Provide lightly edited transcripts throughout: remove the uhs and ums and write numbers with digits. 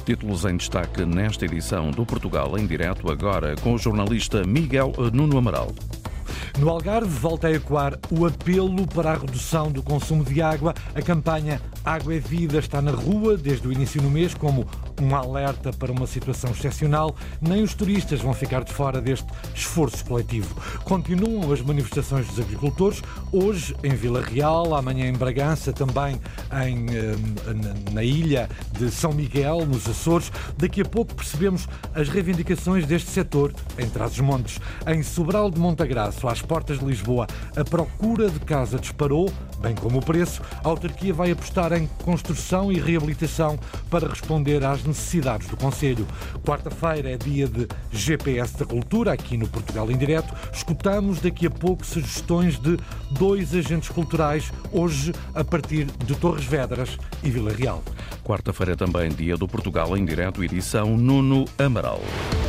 Títulos em destaque nesta edição do Portugal em Direto, agora com o jornalista Miguel Nuno Amaral. No Algarve volta a ecoar o apelo para a redução do consumo de água. A campanha Água é Vida está na rua desde o início do mês como um alerta para uma situação excepcional. Nem os turistas vão ficar de fora deste esforço coletivo. Continuam as manifestações dos agricultores, hoje em Vila Real, amanhã em Bragança, também na ilha de São Miguel, nos Açores. Daqui a pouco percebemos as reivindicações deste setor em Trás-os-Montes. Em Sobral de Montagraço, às portas de Lisboa, a procura de casa disparou, bem como o preço. A autarquia vai apostar em construção e reabilitação para responder às necessidades do concelho. Quarta-feira é dia de GPS da Cultura, aqui no Portugal em Direto. Escutamos daqui a pouco sugestões de 2 agentes culturais, hoje a partir de Torres Vedras e Vila Real. Quarta-feira é também dia do Portugal em Direto, edição Nuno Amaral.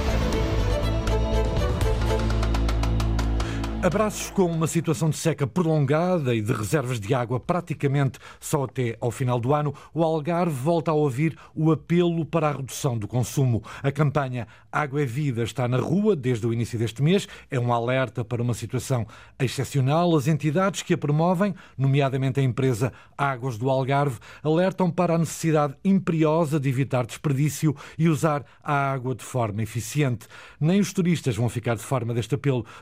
Abraços com uma situação de seca prolongada e de reservas de água praticamente só até ao final do ano, o Algarve volta a ouvir o apelo para a redução do consumo. A campanha Água é Vida está na rua desde o início deste mês. É um alerta para uma situação excepcional. As entidades que a promovem, nomeadamente a empresa Águas do Algarve, alertam para a necessidade imperiosa de evitar desperdício e usar a água de forma eficiente. Nem os turistas vão ficar de fora deste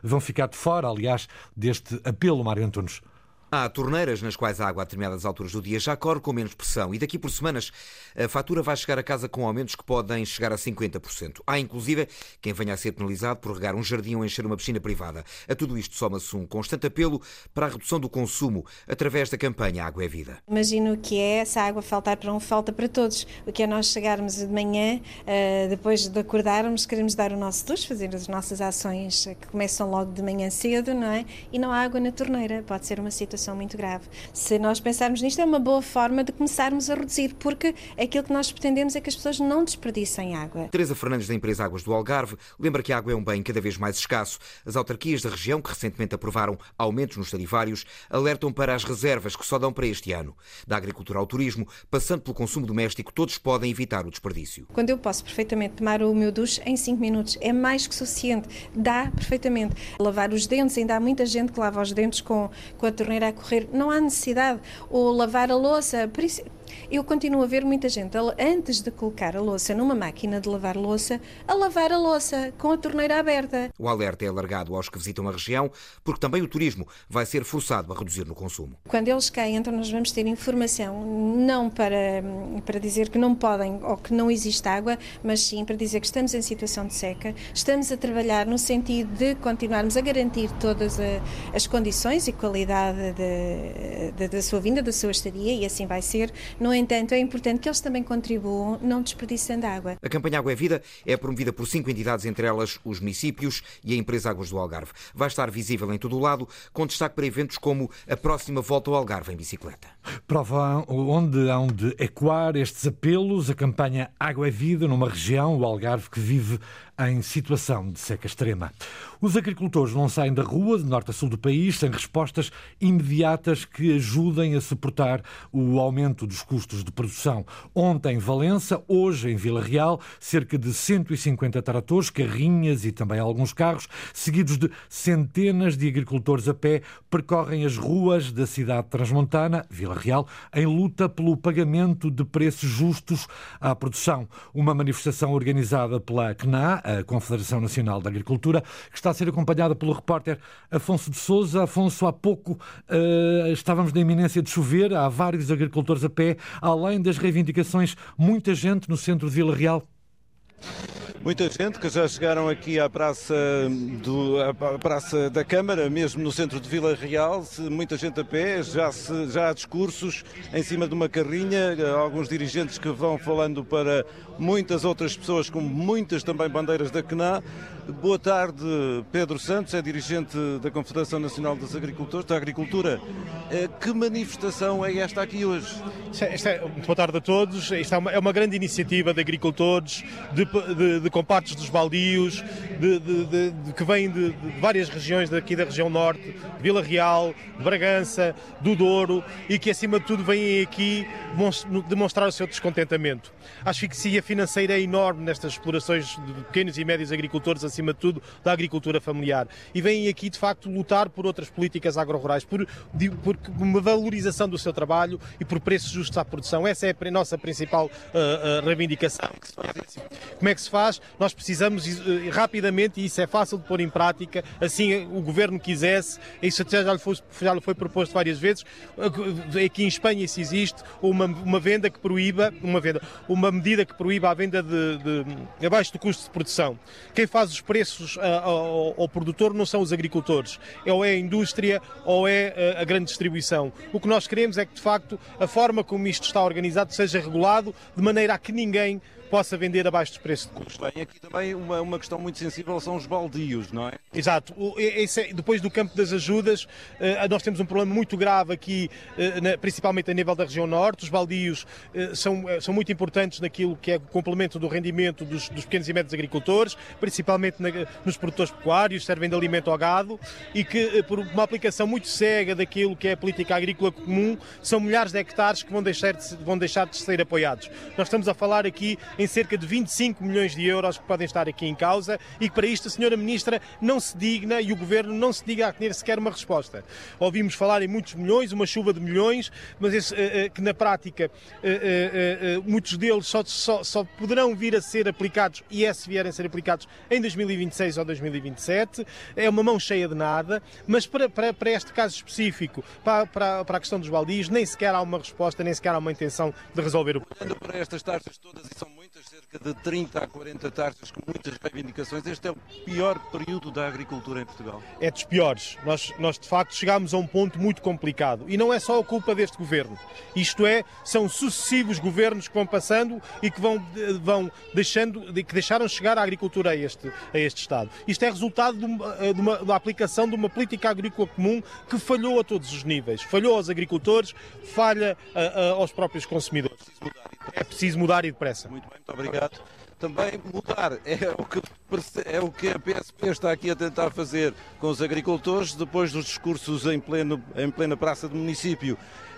apelo, Mário Antunes. Há torneiras nas quais a água a determinadas alturas do dia já corre com menos pressão e daqui por semanas a fatura vai chegar a casa com aumentos que podem chegar a 50%. Há inclusive quem venha a ser penalizado por regar um jardim ou encher uma piscina privada. A tudo isto soma-se um constante apelo para a redução do consumo através da campanha Água é Vida. Imagino o que é, se a água faltar para um, falta para todos. O que é nós chegarmos de manhã, depois de acordarmos, queremos dar o nosso duche, fazer as nossas ações que começam logo de manhã cedo, não é? E não há água na torneira, pode ser uma situação muito grave. Se nós pensarmos nisto, é uma boa forma de começarmos a reduzir, porque aquilo que nós pretendemos é que as pessoas não desperdicem água. Teresa Fernandes, da empresa Águas do Algarve, lembra que a água é um bem cada vez mais escasso. As autarquias da região, que recentemente aprovaram aumentos nos tarifários, alertam para as reservas que só dão para este ano. Da agricultura ao turismo, passando pelo consumo doméstico, todos podem evitar o desperdício. Quando eu posso perfeitamente tomar o meu duche em 5 minutos, é mais que suficiente. Dá perfeitamente. Lavar os dentes, ainda há muita gente que lava os dentes com a torneira a correr, não há necessidade. Ou lavar a louça, por isso eu continuo a ver muita gente, antes de colocar a louça numa máquina de lavar louça, a lavar a louça com a torneira aberta. O alerta é alargado aos que visitam a região, porque também o turismo vai ser forçado a reduzir no consumo. Quando eles cá entram, nós vamos ter informação, não para dizer que não podem ou que não existe água, mas sim para dizer que estamos em situação de seca, estamos a trabalhar no sentido de continuarmos a garantir todas as condições e qualidade da sua vinda, da sua estadia, e assim vai ser. No entanto, é importante que eles também contribuam, não desperdicem água. A campanha Água é Vida é promovida por 5 entidades, entre elas os municípios e a empresa Águas do Algarve. Vai estar visível em todo o lado, com destaque para eventos como a próxima volta ao Algarve em bicicleta. Prova onde hão de ecoar estes apelos, a campanha Água é Vida, numa região, o Algarve, que vive em situação de seca extrema. Os agricultores não saem da rua, de norte a sul do país, sem respostas imediatas que ajudem a suportar o aumento dos custos de produção. Ontem em Valença, hoje em Vila Real, cerca de 150 tratores, carrinhas e também alguns carros, seguidos de centenas de agricultores a pé, percorrem as ruas da cidade transmontana, Vila Real, em luta pelo pagamento de preços justos à produção. Uma manifestação organizada pela CNA, a Confederação Nacional da Agricultura, que está a ser acompanhada pelo repórter Afonso de Sousa. Afonso, há pouco estávamos na iminência de chover, há vários agricultores a pé, além das reivindicações, muita gente no centro de Vila Real. Muita gente que já chegaram aqui à Praça da Câmara, mesmo no centro de Vila Real, muita gente a pé, já há discursos em cima de uma carrinha, alguns dirigentes que vão falando para muitas outras pessoas, com muitas também bandeiras da CNA. Boa tarde, Pedro Santos, é dirigente da Confederação Nacional dos Agricultores, da Agricultura. Que manifestação é esta aqui hoje? Boa tarde a todos. Esta é uma grande iniciativa de agricultores, de com partes dos baldios, que vêm de várias regiões daqui da região norte, de Vila Real, de Bragança, do Douro, e que acima de tudo vêm aqui demonstrar o seu descontentamento. A asfixia financeira é enorme nestas explorações de pequenos e médios agricultores, acima de tudo da agricultura familiar, e vêm aqui de facto lutar por outras políticas agro-rurais, por uma valorização do seu trabalho e por preços justos à produção. Essa é a nossa principal reivindicação. Como é que se faz? Nós precisamos rapidamente, e isso é fácil de pôr em prática, assim o Governo quisesse, isso já lhe foi proposto várias vezes. Aqui em Espanha isso existe, uma medida que proíba a venda de abaixo do custo de produção. Quem faz os preços ao produtor não são os agricultores, ou é a indústria ou é a grande distribuição. O que nós queremos é que, de facto, a forma como isto está organizado seja regulado de maneira a que ninguém possa vender abaixo dos preços de custo. Bem, aqui também uma questão muito sensível são os baldios, não é? Exato. Depois do campo das ajudas, nós temos um problema muito grave aqui, principalmente a nível da região norte. Os baldios são muito importantes naquilo que é o complemento do rendimento dos pequenos e médios agricultores, principalmente nos produtores pecuários, servem de alimento ao gado, e que, por uma aplicação muito cega daquilo que é a política agrícola comum, são milhares de hectares que vão deixar de ser apoiados. Nós estamos a falar aqui em cerca de 25 milhões de euros que podem estar aqui em causa, e que para isto a Sra. Ministra não se digna e o Governo não se diga a ter sequer uma resposta. Ouvimos falar em muitos milhões, uma chuva de milhões, mas que na prática muitos deles só poderão vir a ser aplicados, e se vierem a ser aplicados, em 2026 ou 2027. É uma mão cheia de nada, mas para este caso específico, para a questão dos baldios, nem sequer há uma resposta, nem sequer há uma intenção de resolver o problema. Olhando para estas taxas todas, e são muitas, cerca de 30 a 40 taxas com muitas reivindicações, este é o pior período da agricultura em Portugal. É dos piores. Nós de facto chegámos a um ponto muito complicado, e não é só a culpa deste Governo. Isto são sucessivos governos que vão passando e que que deixaram chegar a agricultura a este Estado. Isto é resultado da aplicação de uma política agrícola comum que falhou a todos os níveis. Falhou aos agricultores, falha aos próprios consumidores. É preciso mudar e depressa. Muito bem, muito obrigado. Também mudar é o que a PSP está aqui a tentar fazer com os agricultores depois dos discursos em plena praça do município.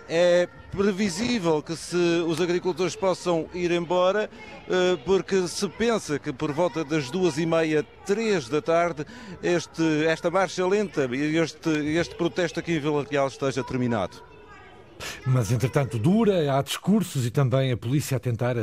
É previsível que os agricultores possam ir embora, porque se pensa que por volta das 2h30, 3 da tarde, esta marcha lenta e este protesto aqui em Vila Real esteja terminado. Mas, entretanto, dura, há discursos e também a polícia a tentar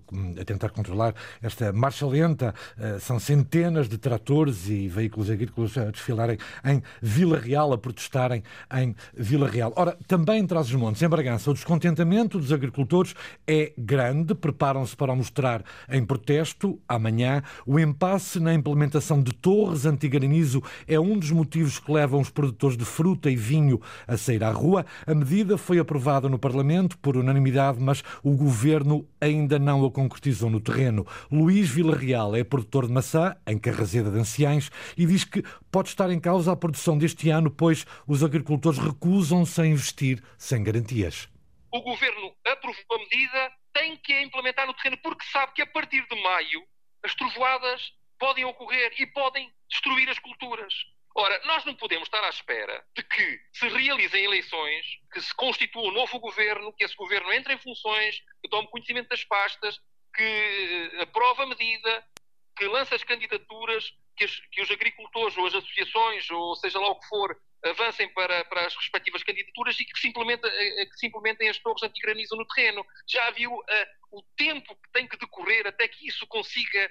controlar esta marcha lenta. São centenas de tratores e veículos agrícolas a desfilarem em Vila Real, a protestarem em Vila Real. Ora, também em Trás-os-Montes, em Bragança, o descontentamento dos agricultores é grande. Preparam-se para o mostrar em protesto amanhã. O impasse na implementação de torres anti-granizo é um dos motivos que levam os produtores de fruta e vinho a sair à rua. A medida foi aprovada no Parlamento por unanimidade, mas o Governo ainda não a concretizou no terreno. Luís Villarreal é produtor de maçã em Carraseda de Anciães e diz que pode estar em causa a produção deste ano, pois os agricultores recusam-se a investir sem garantias. O Governo aprovou a medida, tem que a implementar no terreno, porque sabe que a partir de maio as trovoadas podem ocorrer e podem destruir as culturas. Ora, nós não podemos estar à espera de que se realizem eleições, que se constitua um novo governo, que esse governo entre em funções, que tome conhecimento das pastas, que aprove a medida, que lance as candidaturas, que os agricultores ou as associações, ou seja lá o que for, avancem para as respectivas candidaturas e que se implementem as torres anti-granizo no terreno. Já viu o tempo que tem que decorrer até que isso consiga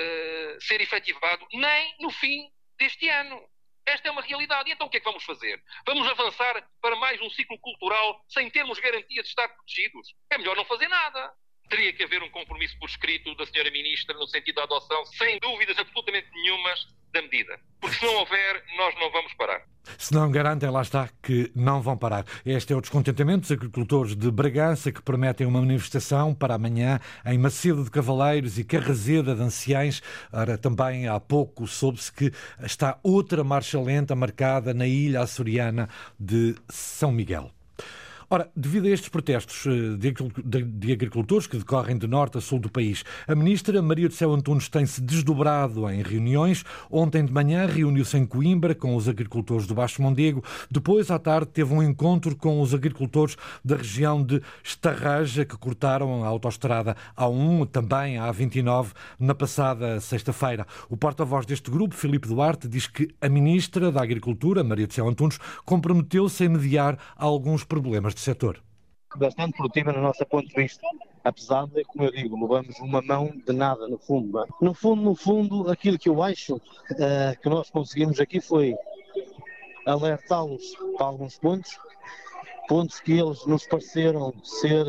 ser efetivado? Nem no fim deste ano. Esta é uma realidade. E então o que é que vamos fazer? Vamos avançar para mais um ciclo cultural sem termos garantia de estar protegidos? É melhor não fazer nada. Teria que haver um compromisso por escrito da Sra. Ministra no sentido da adoção, sem dúvidas absolutamente nenhumas, da medida. Porque se não houver, nós não vamos parar. Se não garantem, lá está, que não vão parar. Este é o descontentamento dos agricultores de Bragança, que prometem uma manifestação para amanhã em Macedo de Cavaleiros e Carraseda de Anciães. Ora, também há pouco soube-se que está outra marcha lenta marcada na ilha açoriana de São Miguel. Ora, devido a estes protestos de agricultores que decorrem de norte a sul do país, a ministra Maria do Céu Antunes tem-se desdobrado em reuniões. Ontem de manhã reuniu-se em Coimbra com os agricultores do Baixo Mondego. Depois, à tarde, teve um encontro com os agricultores da região de Estarraja, que cortaram a autoestrada A1, também a A29, na passada sexta-feira. O porta-voz deste grupo, Filipe Duarte, diz que a ministra da Agricultura, Maria do Céu Antunes, comprometeu-se a mediar alguns problemas do setor. Bastante produtiva no nosso ponto de vista, apesar de, como eu digo, levamos uma mão de nada no fundo. No fundo, aquilo que eu acho que nós conseguimos aqui foi alertá-los para alguns pontos que eles nos pareceram ser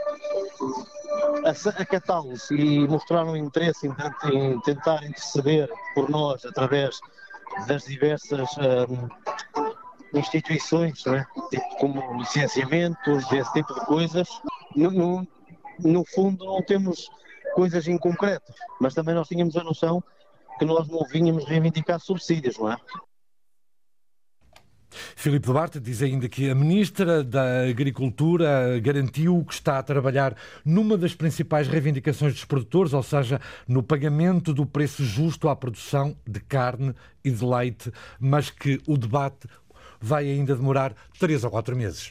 acatá-los e mostraram interesse em tentar interceder por nós através das diversas instituições, não é? Como licenciamentos, esse tipo de coisas. No fundo não temos coisas em concreto, mas também nós tínhamos a noção que nós não vínhamos reivindicar subsídios, não é? Filipe Duarte diz ainda que a ministra da Agricultura garantiu que está a trabalhar numa das principais reivindicações dos produtores, ou seja, no pagamento do preço justo à produção de carne e de leite, mas que o debate vai ainda demorar 3 ou 4 meses.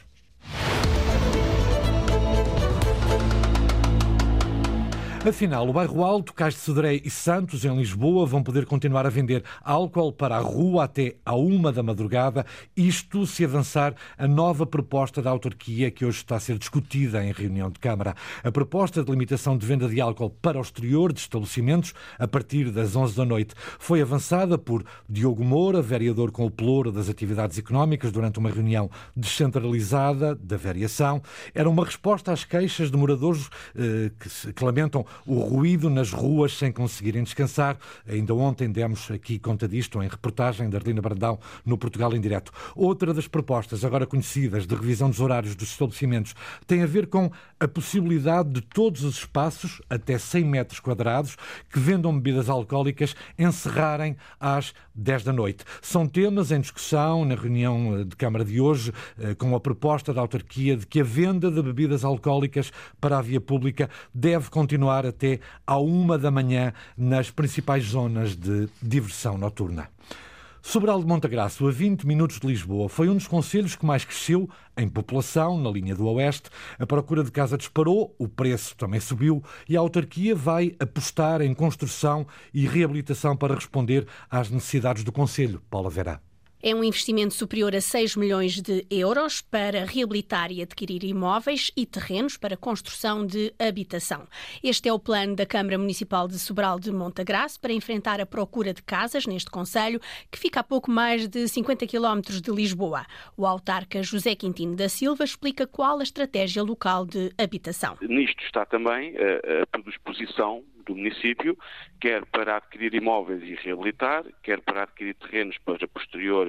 Afinal, o Bairro Alto, Cais de Sodré e Santos, em Lisboa, vão poder continuar a vender álcool para a rua até à 1 da madrugada, isto se avançar a nova proposta da autarquia que hoje está a ser discutida em reunião de Câmara. A proposta de limitação de venda de álcool para o exterior de estabelecimentos a partir das 11 da noite foi avançada por Diogo Moura, vereador com o pelouro das atividades económicas, durante uma reunião descentralizada da variação. Era uma resposta às queixas de moradores que lamentam o ruído nas ruas sem conseguirem descansar. Ainda ontem demos aqui conta disto em reportagem da Arlina Brandão no Portugal em Direto. Outra das propostas agora conhecidas de revisão dos horários dos estabelecimentos tem a ver com a possibilidade de todos os espaços, até 100 metros quadrados, que vendam bebidas alcoólicas, encerrarem às 10 da noite. São temas em discussão na reunião de Câmara de hoje, com a proposta da autarquia de que a venda de bebidas alcoólicas para a via pública deve continuar até à 1 da manhã nas principais zonas de diversão noturna. Sobral de Montagraço, a 20 minutos de Lisboa, foi um dos concelhos que mais cresceu em população, na linha do Oeste. A procura de casa disparou, o preço também subiu e a autarquia vai apostar em construção e reabilitação para responder às necessidades do concelho. Paula Verá. É um investimento superior a 6 milhões de euros para reabilitar e adquirir imóveis e terrenos para construção de habitação. Este é o plano da Câmara Municipal de Sobral de Montagraço para enfrentar a procura de casas neste concelho, que fica a pouco mais de 50 km de Lisboa. O autarca José Quintino da Silva explica qual a estratégia local de habitação. Nisto está também a predisposição do município, quer para adquirir imóveis e reabilitar, quer para adquirir terrenos para posterior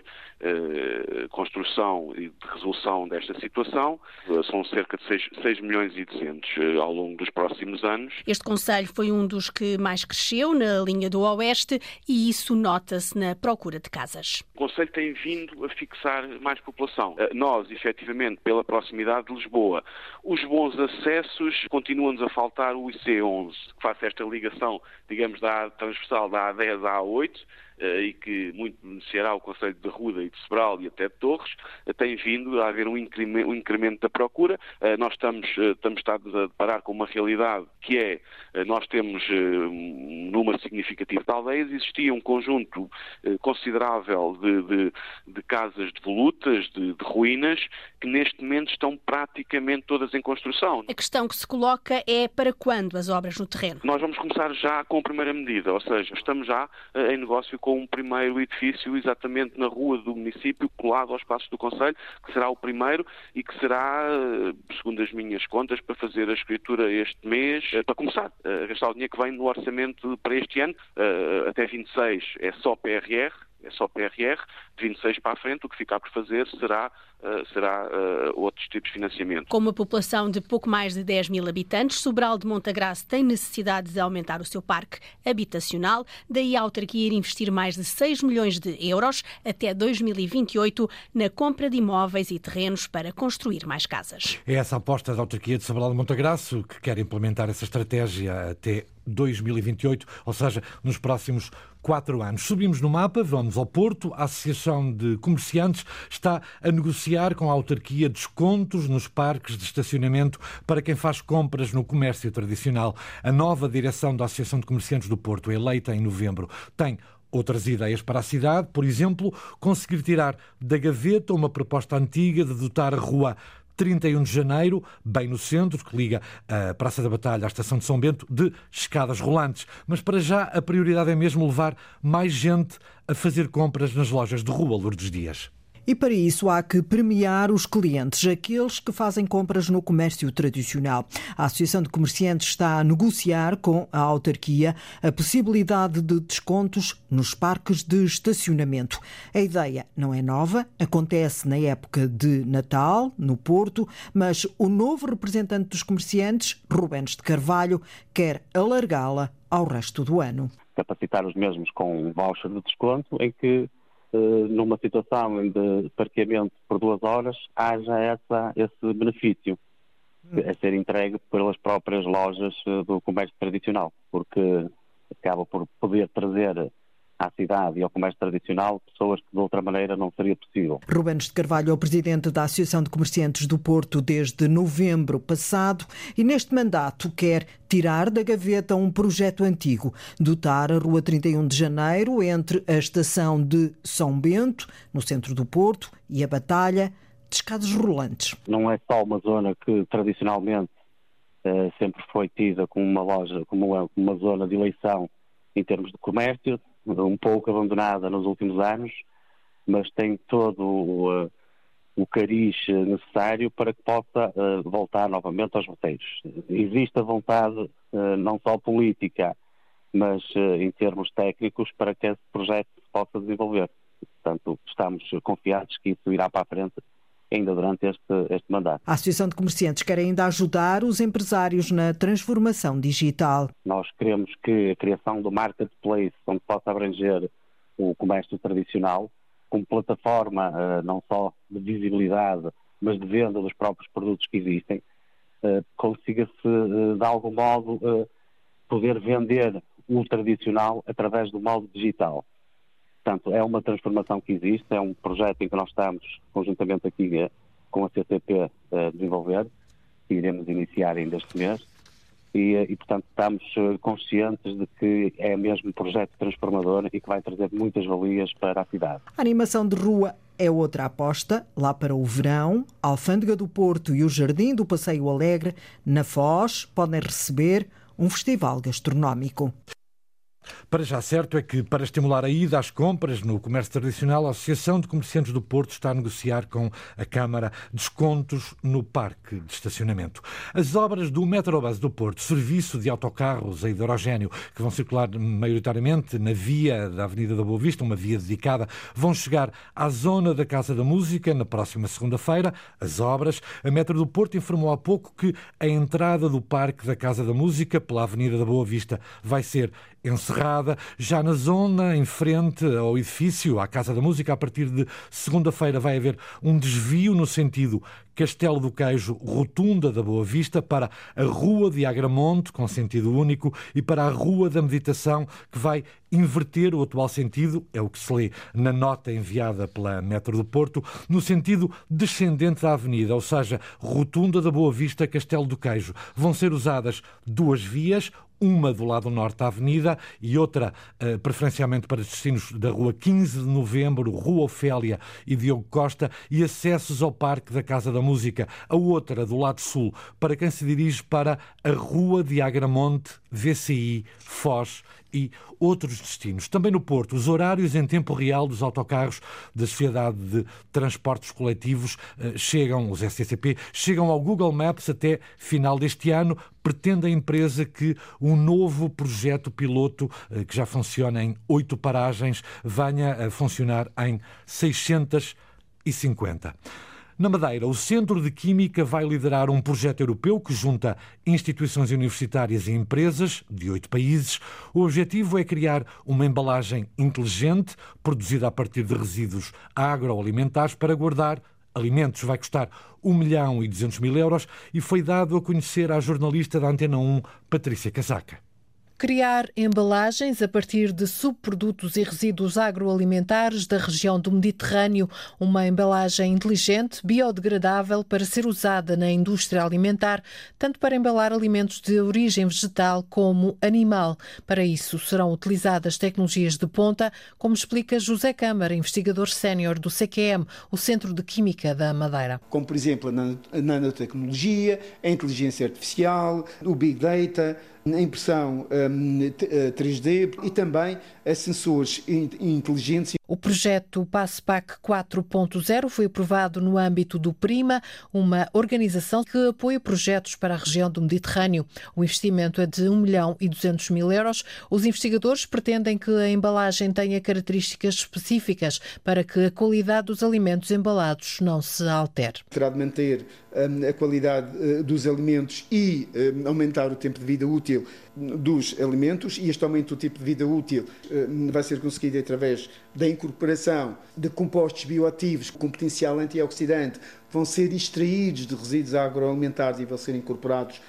construção e de resolução desta situação. São cerca de 6 milhões e 200 ao longo dos próximos anos. Este concelho foi um dos que mais cresceu na linha do Oeste e isso nota-se na procura de casas. O concelho tem vindo a fixar mais população. Nós, efetivamente, pela proximidade de Lisboa, os bons acessos, continuam-nos a faltar o IC11, que faz esta ligação, digamos, da transversal da A10 à A8, e que muito beneficiará o concelho de Ruda e de Sobral e até de Torres, tem vindo a haver um incremento da procura. Nós estamos a deparar com uma realidade que é, nós temos um número significativo de aldeias, existia um conjunto considerável de casas devolutas, de ruínas, que neste momento estão praticamente todas em construção. A questão que se coloca é para quando as obras no terreno? Nós vamos começar já com a primeira medida, ou seja, estamos já em negócio com um primeiro edifício exatamente na rua do município, colado aos passos do concelho, que será o primeiro e que será, segundo as minhas contas, para fazer a escritura este mês, para começar a gastar o dinheiro que vem no orçamento para este ano, até 26 é só PRR, é só PRR, de 26 para a frente, o que ficar por fazer será outros tipos de financiamento. Com uma população de pouco mais de 10 mil habitantes, Sobral de Montagraça tem necessidade de aumentar o seu parque habitacional, daí a autarquia ir investir mais de 6 milhões de euros até 2028 na compra de imóveis e terrenos para construir mais casas. É essa a aposta da autarquia de Sobral de Montagraça, que quer implementar essa estratégia até 2028, ou seja, nos próximos 4 anos. Subimos no mapa, vamos ao Porto. A Associação de Comerciantes está a negociar com a autarquia descontos nos parques de estacionamento para quem faz compras no comércio tradicional. A nova direção da Associação de Comerciantes do Porto, eleita em novembro, tem outras ideias para a cidade, por exemplo, conseguir tirar da gaveta uma proposta antiga de dotar a rua 31 de Janeiro, bem no centro, que liga a Praça da Batalha à Estação de São Bento, de escadas rolantes. Mas para já a prioridade é mesmo levar mais gente a fazer compras nas lojas de rua, Lourdes Dias. E para isso há que premiar os clientes, aqueles que fazem compras no comércio tradicional. A Associação de Comerciantes está a negociar com a autarquia a possibilidade de descontos nos parques de estacionamento. A ideia não é nova, acontece na época de Natal, no Porto, mas o novo representante dos comerciantes, Rubens de Carvalho, quer alargá-la ao resto do ano. Capacitar os mesmos com um voucher de desconto em que numa situação de parqueamento por 2 horas, haja esse benefício a ser entregue pelas próprias lojas do comércio tradicional, porque acaba por poder trazer à cidade e ao comércio tradicional pessoas que de outra maneira não seria possível. Rubens de Carvalho é o presidente da Associação de Comerciantes do Porto desde novembro passado e neste mandato quer tirar da gaveta um projeto antigo, dotar a Rua 31 de Janeiro entre a estação de São Bento, no centro do Porto, e a Batalha, de escadas rolantes. Não é só uma zona que tradicionalmente sempre foi tida como uma zona de eleição em termos de comércio, um pouco abandonada nos últimos anos, mas tem todo o cariz necessário para que possa voltar novamente aos roteiros. Existe a vontade, não só política, mas em termos técnicos, para que esse projeto se possa desenvolver. Portanto, estamos confiados que isso irá para a frente ainda durante este mandato. A Associação de Comerciantes quer ainda ajudar os empresários na transformação digital. Nós queremos que a criação do marketplace, onde possa abranger o comércio tradicional, como plataforma não só de visibilidade, mas de venda dos próprios produtos que existem, consiga-se de algum modo poder vender o tradicional através do modo digital. Portanto, é uma transformação que existe, é um projeto em que nós estamos conjuntamente aqui com a CCP a desenvolver, que iremos iniciar ainda este mês, e portanto estamos conscientes de que é mesmo um projeto transformador e que vai trazer muitas valias para a cidade. A animação de rua é outra aposta, lá para o verão. A Alfândega do Porto e o Jardim do Passeio Alegre, na Foz, podem receber um festival gastronómico. Para já certo é que, para estimular a ida às compras no comércio tradicional, a Associação de Comerciantes do Porto está a negociar com a Câmara descontos no parque de estacionamento. As obras do Metrobus do Porto, serviço de autocarros a hidrogénio, que vão circular maioritariamente na via da Avenida da Boa Vista, uma via dedicada, vão chegar à zona da Casa da Música na próxima segunda-feira. As obras, a Metro do Porto informou há pouco que a entrada do Parque da Casa da Música pela Avenida da Boa Vista vai ser encerrada. Já na zona em frente ao edifício, à Casa da Música, a partir de segunda-feira vai haver um desvio no sentido Castelo do Queijo, Rotunda da Boa Vista, para a Rua de Agramonte, com sentido único, e para a Rua da Meditação, que vai inverter o atual sentido, é o que se lê na nota enviada pela Metro do Porto, no sentido descendente da avenida, ou seja, Rotunda da Boa Vista, Castelo do Queijo. Vão ser usadas 2 vias, uma do lado norte da avenida e outra preferencialmente para destinos da Rua 15 de Novembro, Rua Ofélia e Diogo Costa, e acessos ao Parque da Casa da Música. A outra do lado sul, para quem se dirige para a Rua de Agramonte, VCI, Foz e outros destinos. Também no Porto, os horários em tempo real dos autocarros da Sociedade de Transportes Coletivos os STCP, chegam ao Google Maps até final deste ano. Pretende a empresa que um novo projeto piloto, que já funciona em 8 paragens, venha a funcionar em 650. Na Madeira, o Centro de Química vai liderar um projeto europeu que junta instituições universitárias e empresas de 8 países. O objetivo é criar uma embalagem inteligente, produzida a partir de resíduos agroalimentares, para guardar alimentos. Vai custar 1.200.000 euros e foi dado a conhecer à jornalista da Antena 1, Patrícia Casaca. Criar embalagens a partir de subprodutos e resíduos agroalimentares da região do Mediterrâneo, uma embalagem inteligente, biodegradável, para ser usada na indústria alimentar, tanto para embalar alimentos de origem vegetal como animal. Para isso serão utilizadas tecnologias de ponta, como explica José Câmara, investigador sénior do CQM, o Centro de Química da Madeira. Como, por exemplo, a nanotecnologia, a inteligência artificial, o Big Data, a impressão 3D e também a sensores inteligentes. O projeto PASSPAC 4.0 foi aprovado no âmbito do PRIMA, uma organização que apoia projetos para a região do Mediterrâneo. O investimento é de 1.200.000 euros. Os investigadores pretendem que a embalagem tenha características específicas para que a qualidade dos alimentos embalados não se altere. Terá de manter a qualidade dos alimentos e aumentar o tempo de vida útil dos alimentos, e este aumento do tempo de vida útil vai ser conseguido através da incorporação de compostos bioativos com potencial antioxidante, vão ser extraídos de resíduos agroalimentares e vão ser incorporados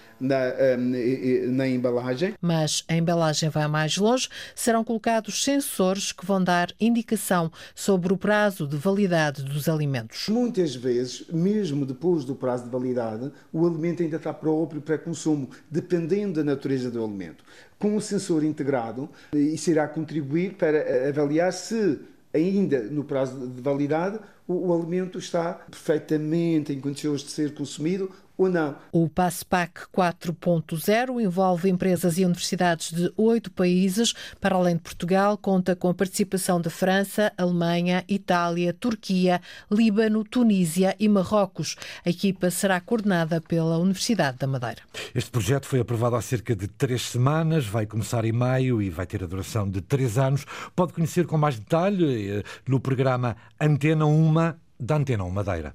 na embalagem. Mas a embalagem vai mais longe. Serão colocados sensores que vão dar indicação sobre o prazo de validade dos alimentos. Muitas vezes, mesmo depois do prazo de validade, o alimento ainda está próprio para consumo, dependendo da natureza do alimento. Com o sensor integrado, isso irá contribuir para avaliar se, ainda no prazo de validade, o alimento está perfeitamente em condições de ser consumido ou não. O PASSPAC 4.0 envolve empresas e universidades de 8 países. Para além de Portugal, conta com a participação de França, Alemanha, Itália, Turquia, Líbano, Tunísia e Marrocos. A equipa será coordenada pela Universidade da Madeira. Este projeto foi aprovado há cerca de 3 semanas, vai começar em maio e vai ter a duração de 3 anos. Pode conhecer com mais detalhe no programa Antena 1 da Antena 1 Madeira.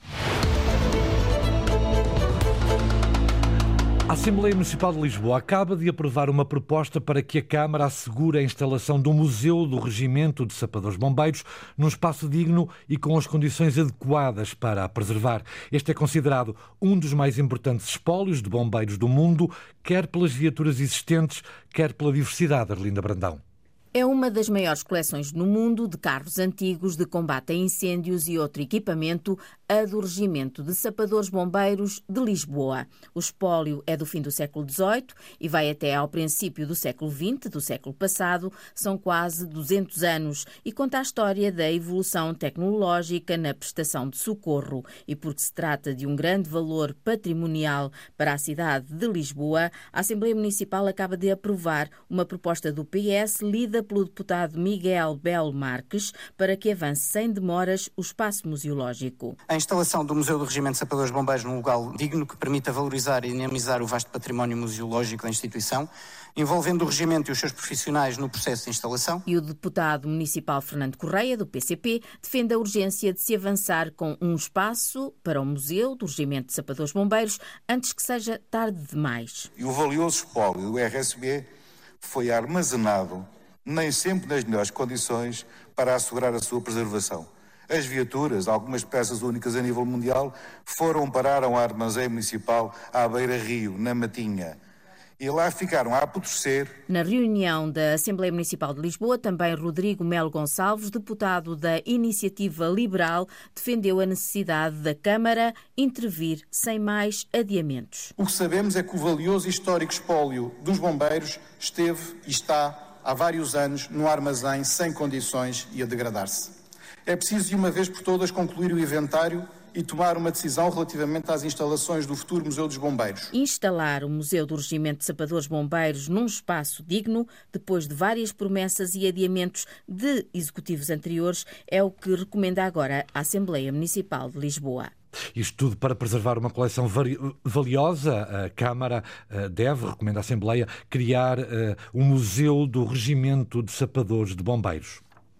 A Assembleia Municipal de Lisboa acaba de aprovar uma proposta para que a Câmara assegure a instalação do Museu do Regimento de Sapadores Bombeiros num espaço digno e com as condições adequadas para a preservar. Este é considerado um dos mais importantes espólios de bombeiros do mundo, quer pelas viaturas existentes, quer pela diversidade. Arlinda Brandão. É uma das maiores coleções no mundo de carros antigos de combate a incêndios e outro equipamento, a do Regimento de Sapadores Bombeiros de Lisboa. O espólio é do fim do século XVIII e vai até ao princípio do século XX, do século passado. São quase 200 anos e conta a história da evolução tecnológica na prestação de socorro. E porque se trata de um grande valor patrimonial para a cidade de Lisboa, a Assembleia Municipal acaba de aprovar uma proposta do PS, lida pelo deputado Miguel Belo Marques, para que avance sem demoras o espaço museológico. A instalação do Museu do Regimento de Sapadores Bombeiros num lugar digno que permita valorizar e dinamizar o vasto património museológico da instituição, envolvendo o regimento e os seus profissionais no processo de instalação. E o deputado municipal Fernando Correia, do PCP, defende a urgência de se avançar com um espaço para o Museu do Regimento de Sapadores Bombeiros antes que seja tarde demais. E o valioso espólio do RSB foi armazenado nem sempre nas melhores condições para assegurar a sua preservação. As viaturas, algumas peças únicas a nível mundial, foram parar a um armazém municipal à beira-rio, na Matinha. E lá ficaram a apodrecer. Na reunião da Assembleia Municipal de Lisboa, também Rodrigo Melo Gonçalves, deputado da Iniciativa Liberal, defendeu a necessidade da Câmara intervir sem mais adiamentos. O que sabemos é que o valioso e histórico espólio dos bombeiros esteve e está há vários anos no armazém sem condições e a degradar-se. É preciso de uma vez por todas concluir o inventário e tomar uma decisão relativamente às instalações do futuro Museu dos Bombeiros. Instalar o Museu do Regimento de Sapadores Bombeiros num espaço digno, depois de várias promessas e adiamentos de executivos anteriores, é o que recomenda agora a Assembleia Municipal de Lisboa. Isto tudo para preservar uma coleção valiosa. A Câmara recomenda à Assembleia, criar um Museu do Regimento de Sapadores de Bombeiros.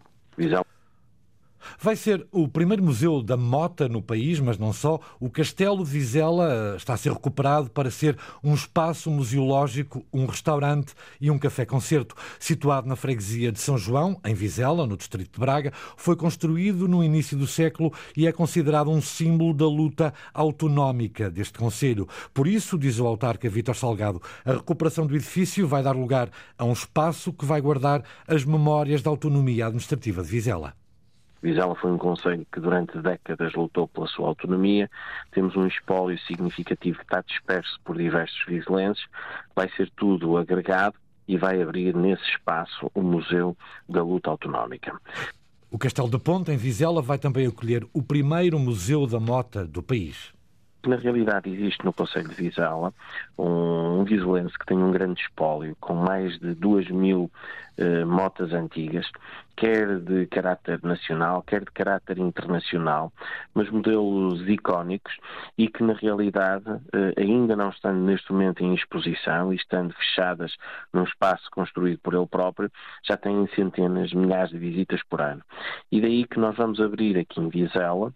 Vai ser o primeiro museu da mota no país, mas não só. O Castelo de Vizela está a ser recuperado para ser um espaço museológico, um restaurante e um café-concerto. Situado na freguesia de São João, em Vizela, no distrito de Braga, foi construído no início do século e é considerado um símbolo da luta autonómica deste concelho. Por isso, diz o autarca Vítor Salgado, a recuperação do edifício vai dar lugar a um espaço que vai guardar as memórias da autonomia administrativa de Vizela. Vizela foi um concelho que durante décadas lutou pela sua autonomia. Temos um espólio significativo que está disperso por diversos vizelenses. Vai ser tudo agregado e vai abrir nesse espaço o Museu da Luta Autonómica. O Castelo da Ponte, em Vizela, vai também acolher o primeiro Museu da Mota do país. Na realidade existe no concelho de Vizela um vizelense que tem um grande espólio com mais de 2.000 motas antigas, quer de caráter nacional, quer de caráter internacional, mas modelos icónicos e que na realidade ainda não estando neste momento em exposição e estando fechadas num espaço construído por ele próprio, já têm centenas, milhares de visitas por ano. E daí que nós vamos abrir aqui em Vizela,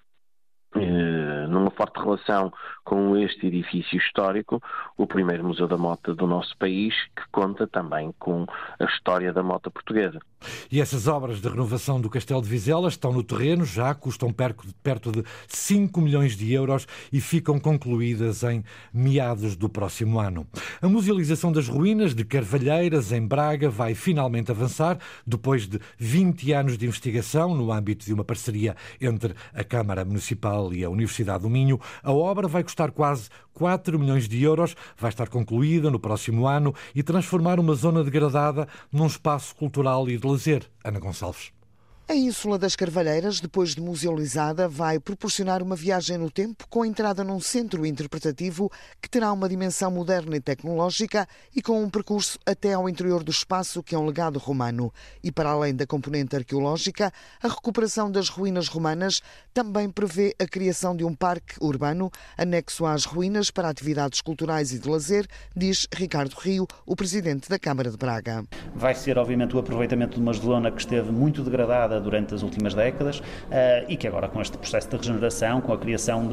numa forte relação com este edifício histórico, o primeiro Museu da Mota do nosso país, que conta também com a história da mota portuguesa. E essas obras de renovação do Castelo de Vizela estão no terreno, já custam perto de 5 milhões de euros e ficam concluídas em meados do próximo ano. A musealização das ruínas de Carvalheiras, em Braga, vai finalmente avançar, depois de 20 anos de investigação no âmbito de uma parceria entre a Câmara Municipal e a Universidade do Minho. A obra vai custar quase 4 milhões de euros, vai estar concluída no próximo ano e transformar uma zona degradada num espaço cultural e de lazer. Ana Gonçalves. A Ínsula das Carvalheiras, depois de musealizada, vai proporcionar uma viagem no tempo com a entrada num centro interpretativo que terá uma dimensão moderna e tecnológica e com um percurso até ao interior do espaço, que é um legado romano. E para além da componente arqueológica, a recuperação das ruínas romanas também prevê a criação de um parque urbano anexo às ruínas para atividades culturais e de lazer, diz Ricardo Rio, o presidente da Câmara de Braga. Vai ser, obviamente, o aproveitamento de uma zona que esteve muito degradada durante as últimas décadas e que agora, com este processo de regeneração, com a criação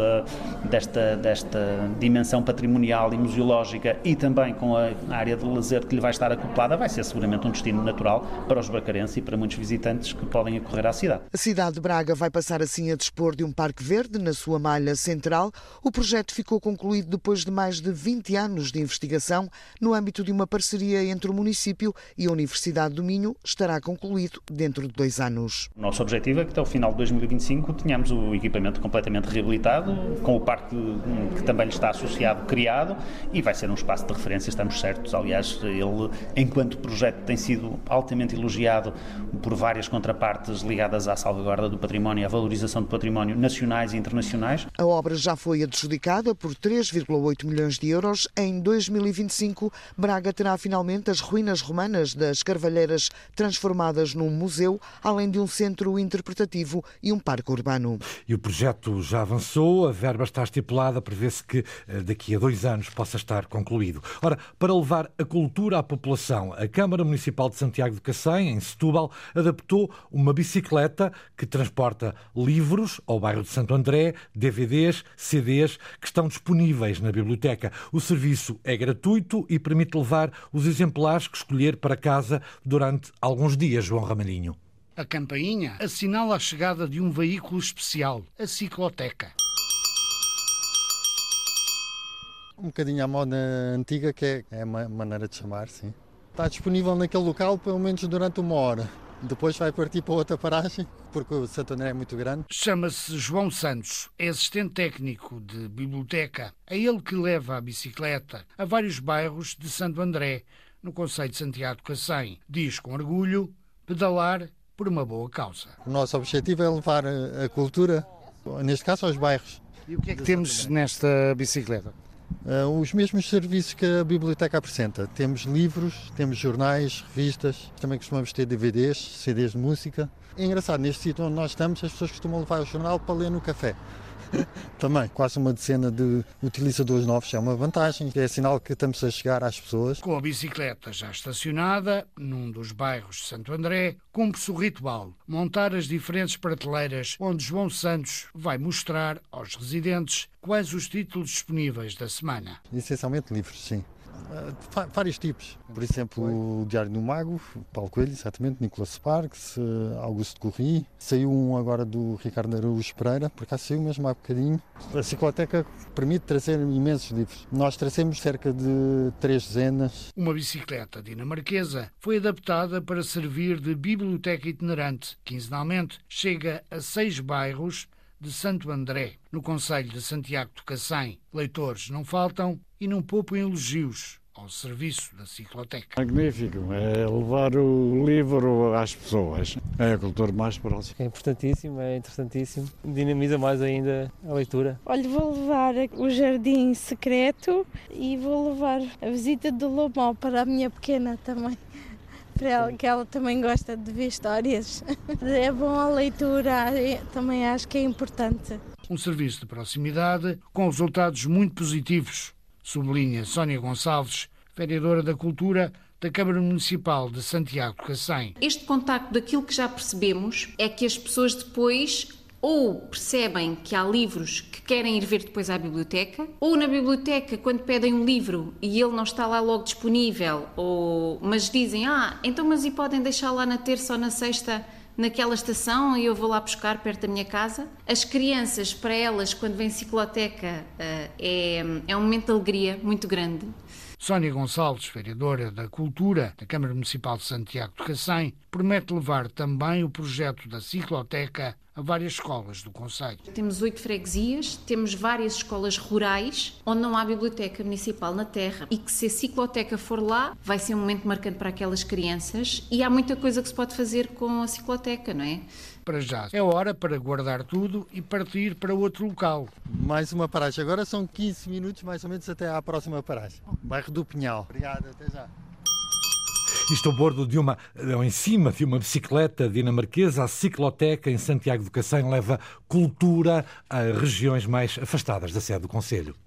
desta dimensão patrimonial e museológica e também com a área de lazer que lhe vai estar acoplada, vai ser seguramente um destino natural para os bracarenses e para muitos visitantes que podem acorrer à cidade. A cidade de Braga vai passar assim a dispor de um parque verde na sua malha central. O projeto ficou concluído depois de mais de 20 anos de investigação no âmbito de uma parceria entre o município e a Universidade do Minho. Estará concluído dentro de 2 anos. O nosso objetivo é que até o final de 2025 tenhamos o equipamento completamente reabilitado, com o parque que também lhe está associado criado, e vai ser um espaço de referência, estamos certos. Aliás, ele, enquanto projeto, tem sido altamente elogiado por várias contrapartes ligadas à salvaguarda do património e à valorização do património nacionais e internacionais. A obra já foi adjudicada por 3,8 milhões de euros. Em 2025, Braga terá finalmente as ruínas romanas das Carvalheiras transformadas num museu, além de um centro interpretativo e um parque urbano. E o projeto já avançou, a verba está estipulada, prevê-se que daqui a 2 anos possa estar concluído. Ora, para levar a cultura à população, a Câmara Municipal de Santiago de Cacém, em Setúbal, adaptou uma bicicleta que transporta livros ao bairro de Santo André, DVDs, CDs, que estão disponíveis na biblioteca. O serviço é gratuito e permite levar os exemplares que escolher para casa durante alguns dias, João Ramalhinho. A campainha assinala a chegada de um veículo especial, a cicloteca. Um bocadinho à moda antiga, que é uma maneira de chamar, sim. Está disponível naquele local pelo menos durante 1 hora. Depois vai partir para outra paragem, porque o Santo André é muito grande. Chama-se João Santos, é assistente técnico de biblioteca. É ele que leva a bicicleta a vários bairros de Santo André, no concelho de Santiago de Cacém. Diz com orgulho, pedalar por uma boa causa. O nosso objetivo é levar a cultura, neste caso aos bairros, E o que é que temos nesta bicicleta? Os mesmos serviços que a biblioteca apresenta. Temos livros, temos jornais, revistas, também costumamos ter DVDs, CDs de música. É engraçado, neste sítio onde nós estamos, as pessoas costumam levar o jornal para ler no café. Também, quase uma decena de utilizadores novos, é uma vantagem, é sinal que estamos a chegar às pessoas. Com a bicicleta já estacionada, num dos bairros de Santo André, cumpre-se o ritual, montar as diferentes prateleiras onde João Santos vai mostrar aos residentes quais os títulos disponíveis da semana. Essencialmente livros, sim. Vários tipos. Por exemplo, o Diário do Mago, Paulo Coelho, exatamente, Nicolas Sparks, Augusto Corri. Saiu um agora do Ricardo Araújo Pereira, por acaso saiu mesmo há bocadinho. A cicloteca permite trazer imensos livros. Nós trazemos cerca de 3 dezenas. Uma bicicleta dinamarquesa foi adaptada para servir de biblioteca itinerante. Quinzenalmente chega a 6 bairros de Santo André, no concelho de Santiago de Cacém. Leitores não faltam e não poupam elogios ao serviço da cicloteca. Magnífico, é levar o livro às pessoas, é a cultura mais próxima. É importantíssimo, é interessantíssimo, dinamiza mais ainda a leitura. Olha, vou levar o Jardim Secreto e vou levar a Visita do Lobo Mau para a minha pequena também. Para ela, que ela também gosta de ver histórias. É bom a leitura, também acho que é importante. Um serviço de proximidade com resultados muito positivos, sublinha Sónia Gonçalves, vereadora da Cultura da Câmara Municipal de Santiago de Cacém. Este contacto daquilo que já percebemos é que as pessoas depois ou percebem que há livros que querem ir ver depois à biblioteca, ou na biblioteca, quando pedem um livro e ele não está lá logo disponível, mas dizem, então mas e podem deixar lá na terça ou na sexta naquela estação e eu vou lá buscar perto da minha casa. As crianças, para elas, quando vêm cicloteca, é um momento de alegria muito grande. Sónia Gonçalves, vereadora da Cultura da Câmara Municipal de Santiago de Cacém, promete levar também o projeto da cicloteca a várias escolas do concelho. Temos 8 freguesias, temos várias escolas rurais onde não há biblioteca municipal na terra e que se a cicloteca for lá vai ser um momento marcante para aquelas crianças e há muita coisa que se pode fazer com a cicloteca, não é? Para já é hora para guardar tudo e partir para outro local. Mais uma paragem, agora são 15 minutos mais ou menos até à próxima paragem. Bairro do Pinhal. Obrigado, até já. Isto a bordo ou em cima de uma bicicleta dinamarquesa, a cicloteca em Santiago de Cacém leva cultura a regiões mais afastadas da sede do concelho.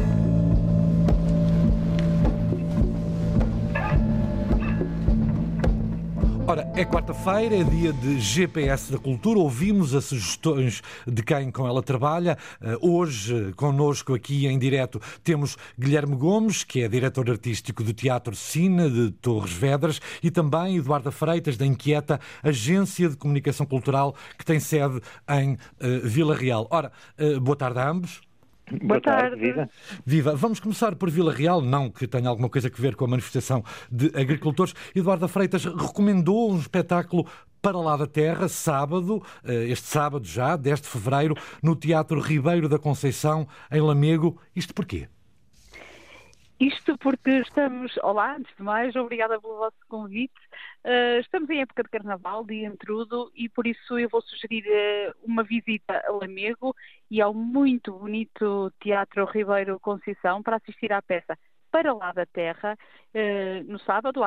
Ora, é quarta-feira, é dia de GPS da Cultura. Ouvimos as sugestões de quem com ela trabalha. Hoje, connosco aqui em direto, temos Guilherme Gomes, que é diretor artístico do Teatro Sina de Torres Vedras, e também Eduarda Freitas, da Inquieta, agência de comunicação cultural que tem sede em Vila Real. Ora, boa tarde a ambos. Boa tarde. Viva. Vamos começar por Vila Real, não que tenha alguma coisa a ver com a manifestação de agricultores. Eduarda Freitas recomendou um espetáculo Para Lá da Terra, sábado, este sábado já, 10 de fevereiro, no Teatro Ribeiro da Conceição, em Lamego. Isto porquê? Isto porque estamos... Olá, antes de mais, obrigada pelo vosso convite. Estamos em época de Carnaval, dia entrudo, e por isso eu vou sugerir uma visita a Lamego e ao muito bonito Teatro Ribeiro Conceição para assistir à peça Para Lá da Terra, no sábado,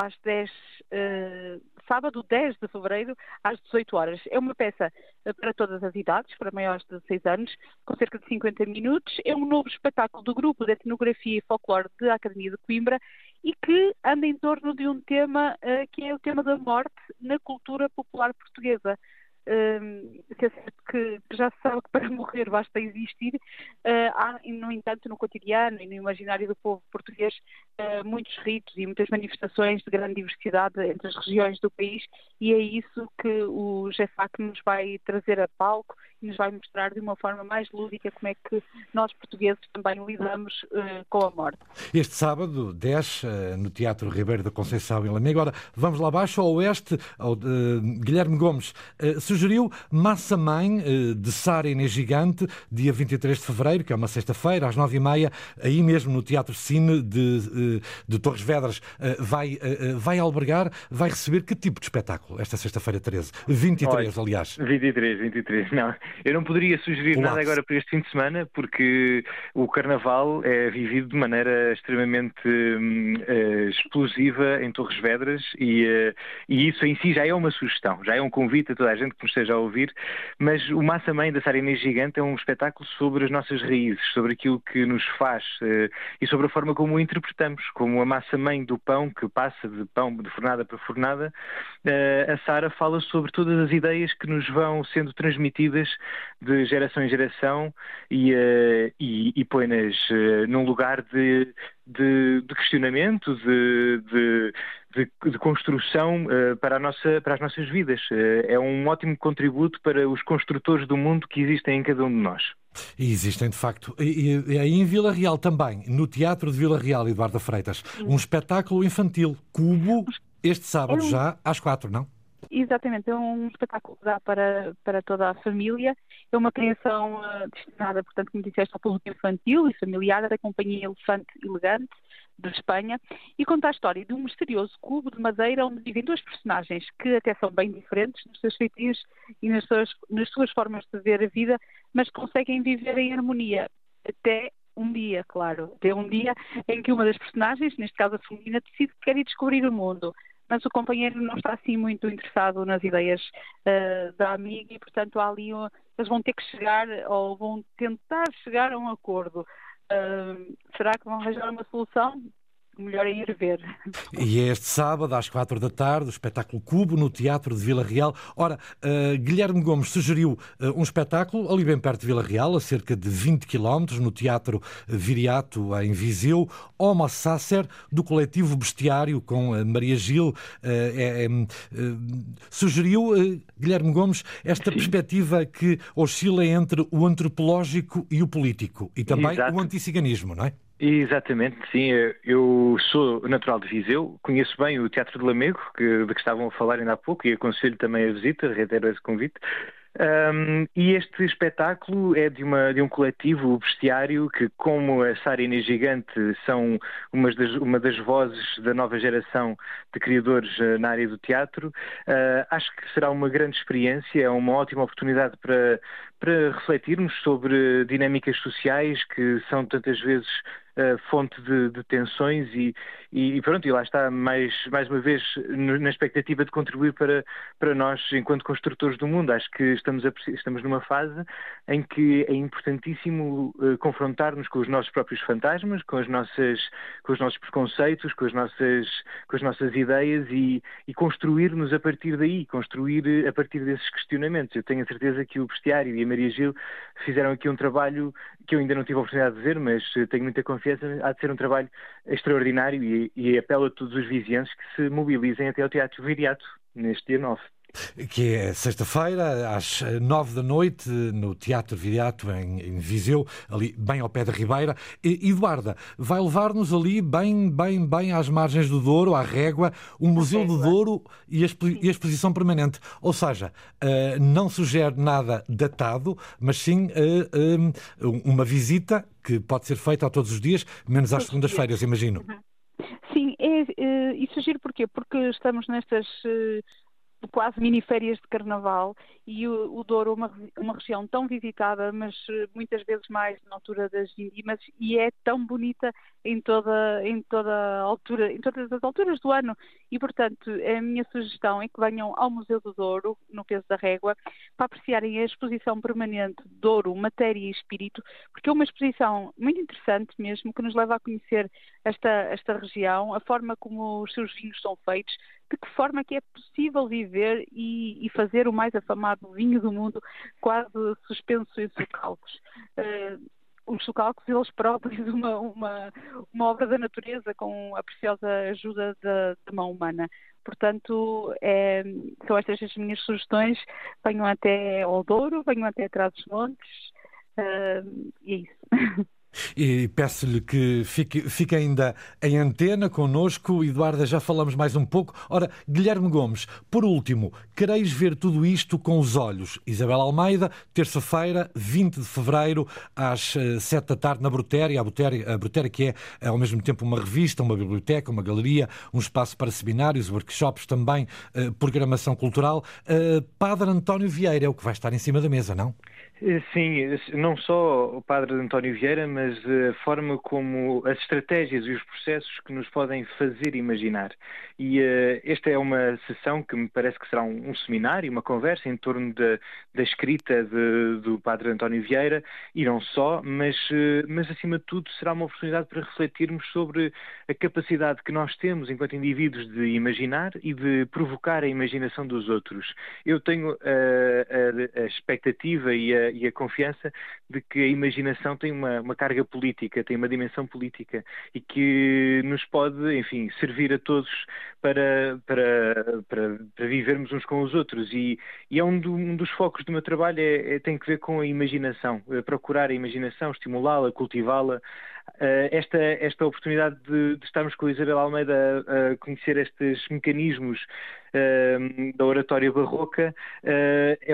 sábado 10 de fevereiro, às 18 horas. É uma peça para todas as idades, para maiores de 16 anos, com cerca de 50 minutos. É um novo espetáculo do Grupo de Etnografia e Folclore da Academia de Coimbra e que anda em torno de um tema que é o tema da morte na cultura popular portuguesa. Que é certo que já se sabe que para morrer basta existir. Há, no entanto, no cotidiano e no imaginário do povo português muitos ritos e muitas manifestações de grande diversidade entre as regiões do país, e é isso que o GEFAC nos vai trazer a palco e nos vai mostrar de uma forma mais lúdica como é que nós portugueses também lidamos com a morte. Este sábado, 10, no Teatro Ribeiro da Conceição em Lamego. Agora, vamos lá abaixo, ao oeste, ao Guilherme Gomes. Sugeriu Massa-mãe de Sara Inês Gigante, dia 23 de fevereiro, que é uma sexta-feira, às 9h30, aí mesmo no Teatro Cine de Torres Vedras. Vai albergar, vai receber que tipo de espetáculo esta sexta-feira, 13? 23, aliás. 23. Não, eu não poderia sugerir nada agora para este fim de semana, porque o Carnaval é vivido de maneira extremamente explosiva em Torres Vedras e isso em si já é uma sugestão, já é um convite a toda a gente que nos esteja a ouvir, mas o Massa-mãe da Sara Inês Gigante é um espetáculo sobre as nossas raízes, sobre aquilo que nos faz e sobre a forma como o interpretamos, como a massa-mãe do pão que passa de pão de fornada para fornada. A Sara fala sobre todas as ideias que nos vão sendo transmitidas de geração em geração e põe-nas num lugar de questionamento, de construção para as nossas vidas. É um ótimo contributo para os construtores do mundo que existem em cada um de nós. E existem, de facto. E aí em Vila Real também, no Teatro de Vila Real, Eduardo Freitas, um espetáculo infantil, Cubo, este sábado já, às 4, não? Exatamente, é um espetáculo que dá para toda a família. É uma criação destinada, portanto, como disseste, ao público infantil e familiar da Companhia Elefante Elegante de Espanha, e conta a história de um misterioso cubo de madeira onde vivem duas personagens que até são bem diferentes nos seus feitios e nas suas formas de ver a vida, mas conseguem viver em harmonia até um dia, claro, até um dia em que uma das personagens, neste caso a feminina, decide que quer ir descobrir o mundo. Mas o companheiro não está assim muito interessado nas ideias da amiga e, portanto, há ali eles vão ter que chegar ou vão tentar chegar a um acordo. Será que vão arranjar uma solução? Melhor é ir ver. E é este sábado, às 4 da tarde, o espetáculo Cubo, no Teatro de Vila Real. Ora, Guilherme Gomes sugeriu um espetáculo ali bem perto de Vila Real, a cerca de 20 km, no Teatro Viriato, em Viseu, Homo Sacer, do coletivo Bestiário, com Maria Gil. Sugeriu, Guilherme Gomes, esta perspectiva que oscila entre o antropológico e o político, e também o anticiganismo, não é? Exatamente, sim. Eu sou natural de Viseu, conheço bem o Teatro de Lamego, de que estavam a falar ainda há pouco, e aconselho também a visita, reitero esse convite. E este espetáculo é de um coletivo, o Bestiário, que, como a Sara Inês Gigante, são uma das vozes da nova geração de criadores na área do teatro. Acho que será uma grande experiência, é uma ótima oportunidade para refletirmos sobre dinâmicas sociais que são tantas vezes fonte de tensões e pronto, e lá está mais uma vez na expectativa de contribuir para nós enquanto construtores do mundo. Acho que estamos numa fase em que é importantíssimo confrontar-nos com os nossos próprios fantasmas, com os nossos preconceitos, com as nossas ideias e construir-nos a partir daí, construir a partir desses questionamentos. Eu tenho a certeza que o Bestiário e a Maria Gil fizeram aqui um trabalho que eu ainda não tive a oportunidade de ver, mas tenho muita confiança, há de ser um trabalho extraordinário e apelo a todos os vizienses que se mobilizem até ao Teatro Viriato, neste dia 9. Que é sexta-feira, às 9 da noite, no Teatro Viriato, em Viseu, ali bem ao pé da Ribeira. Eduarda, vai levar-nos ali bem às margens do Douro, à Régua, o Museu do Douro e a exposição permanente. Ou seja, não sugere nada datado, mas sim uma visita que pode ser feita a todos os dias, menos às segundas-feiras, imagino. Sim, e sugiro porquê? Porque estamos nestas quase mini-férias de Carnaval e o Douro é uma região tão visitada, mas muitas vezes mais na altura das vindimas, e é tão bonita em toda a altura, em todas as alturas do ano. E, portanto, a minha sugestão é que venham ao Museu do Douro, no Peso da Régua, para apreciarem a exposição permanente Douro, Matéria e Espírito, porque é uma exposição muito interessante mesmo, que nos leva a conhecer esta região, a forma como os seus vinhos são feitos, de que forma que é possível viver e fazer o mais afamado vinho do mundo, quase suspenso em socalcos. Os socalcos, eles próprios, uma obra da natureza com a preciosa ajuda da mão humana. Portanto, são estas as minhas sugestões. Venham até ao Douro, venham até Trás-os-Montes, e é isso. E peço-lhe que fique ainda em antena connosco. Eduarda, já falamos mais um pouco. Ora, Guilherme Gomes, por último, quereis ver tudo isto com os olhos. Isabel Almeida, terça-feira, 20 de fevereiro, às 7 da tarde, na Brutéria. A Brutéria que é ao mesmo tempo uma revista, uma biblioteca, uma galeria, um espaço para seminários, workshops também, programação cultural. Padre António Vieira é o que vai estar em cima da mesa, não? Sim, não só o Padre António Vieira, mas a forma como as estratégias e os processos que nos podem fazer imaginar. E esta é uma sessão que me parece que será um seminário, uma conversa em torno da escrita do Padre António Vieira, e não só, mas acima de tudo será uma oportunidade para refletirmos sobre a capacidade que nós temos enquanto indivíduos de imaginar e de provocar a imaginação dos outros. Eu tenho a expectativa e a confiança de que a imaginação tem uma carga política, tem uma dimensão política e que nos pode, enfim, servir a todos para vivermos uns com os outros. E é um dos focos do meu trabalho tem que ver com a imaginação, procurar a imaginação, estimulá-la, cultivá-la. Esta oportunidade de estarmos com a Isabel Almeida a conhecer estes mecanismos da oratória barroca é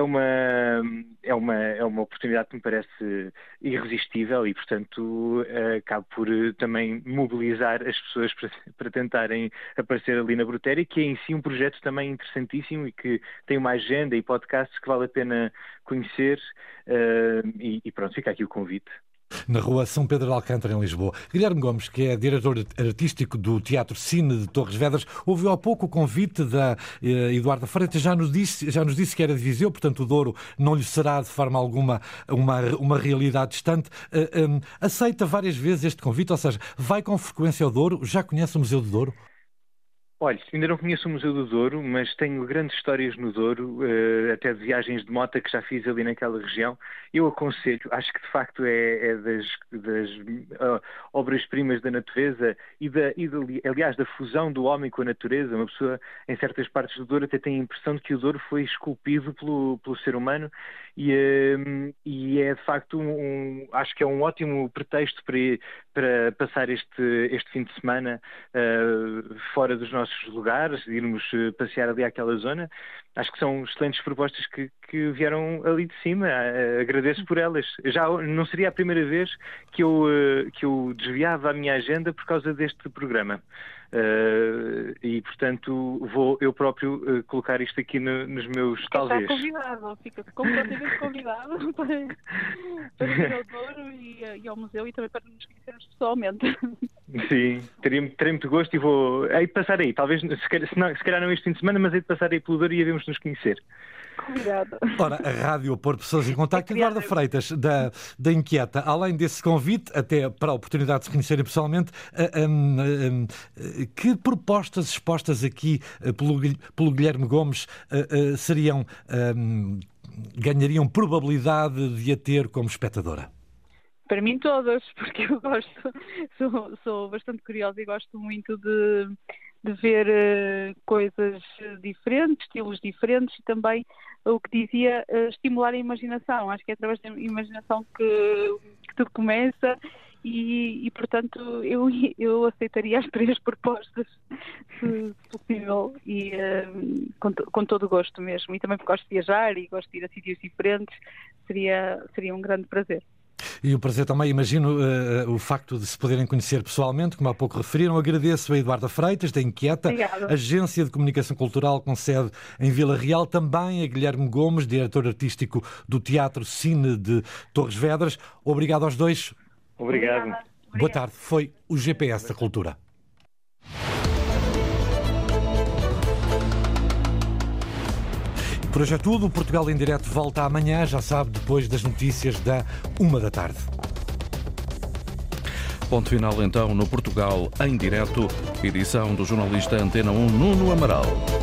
uma oportunidade que me parece irresistível e, portanto, acabo por também mobilizar as pessoas para tentarem aparecer ali na Brutéria, que é em si um projeto também interessantíssimo e que tem uma agenda e podcasts que vale a pena conhecer e pronto, fica aqui o convite. Na rua São Pedro de Alcântara, em Lisboa. Guilherme Gomes, que é diretor artístico do Teatro Cine de Torres Vedras, ouviu há pouco o convite da Eduarda Freitas, já nos disse que era de Viseu, portanto o Douro não lhe será de forma alguma uma realidade distante. Aceita várias vezes este convite, ou seja, vai com frequência ao Douro? Já conhece o Museu do Douro? Olha, ainda não conheço o Museu do Douro, mas tenho grandes histórias no Douro, até de viagens de moto que já fiz ali naquela região. Eu aconselho, acho que de facto é das obras-primas da natureza aliás, da fusão do homem com a natureza. Uma pessoa, em certas partes do Douro, até tem a impressão de que o Douro foi esculpido pelo ser humano e é de facto acho que é um ótimo pretexto para passar este fim de semana fora dos nossos lugares, irmos passear ali àquela zona. Acho que são excelentes propostas que vieram ali de cima. Agradeço por elas. Já não seria a primeira vez que eu desviava a minha agenda por causa deste programa. E, portanto, vou eu próprio colocar isto aqui nos meus talvez. Está convidado, fica completamente convidado para ir ao Douro e ao museu e também para nos conhecermos pessoalmente. Sim, terei muito gosto e vou passar aí. Talvez, se calhar não este fim de semana, mas hei de passar aí pelo Douro e havemos nos conhecer. Obrigada. Ora, a rádio pôr pessoas em contacto. Eduarda Freitas, da Inquieta, além desse convite, até para a oportunidade de se conhecerem pessoalmente, que propostas expostas aqui pelo Guilherme Gomes ganhariam probabilidade de a ter como espectadora? Para mim todas, porque eu sou bastante curiosa e gosto muito de ver coisas diferentes, estilos diferentes e também o que dizia, estimular a imaginação. Acho que é através da imaginação que tudo começa e portanto, eu aceitaria as 3 propostas, se possível, e com todo o gosto mesmo. E também porque gosto de viajar e gosto de ir a sítios diferentes, seria um grande prazer. E o prazer também, imagino, o facto de se poderem conhecer pessoalmente, como há pouco referiram. Agradeço a Eduarda Freitas, da Inquieta, Obrigada. Agência de Comunicação Cultural com sede em Vila Real, também a Guilherme Gomes, diretor artístico do Teatro Cine de Torres Vedras. Obrigado aos dois. Obrigado. Boa tarde. Foi o GPS da Cultura. Por hoje é tudo. O Portugal em Direto volta amanhã, já sabe, depois das notícias da 13h. Ponto final então no Portugal em Direto, edição do jornalista Antena 1 Nuno Amaral.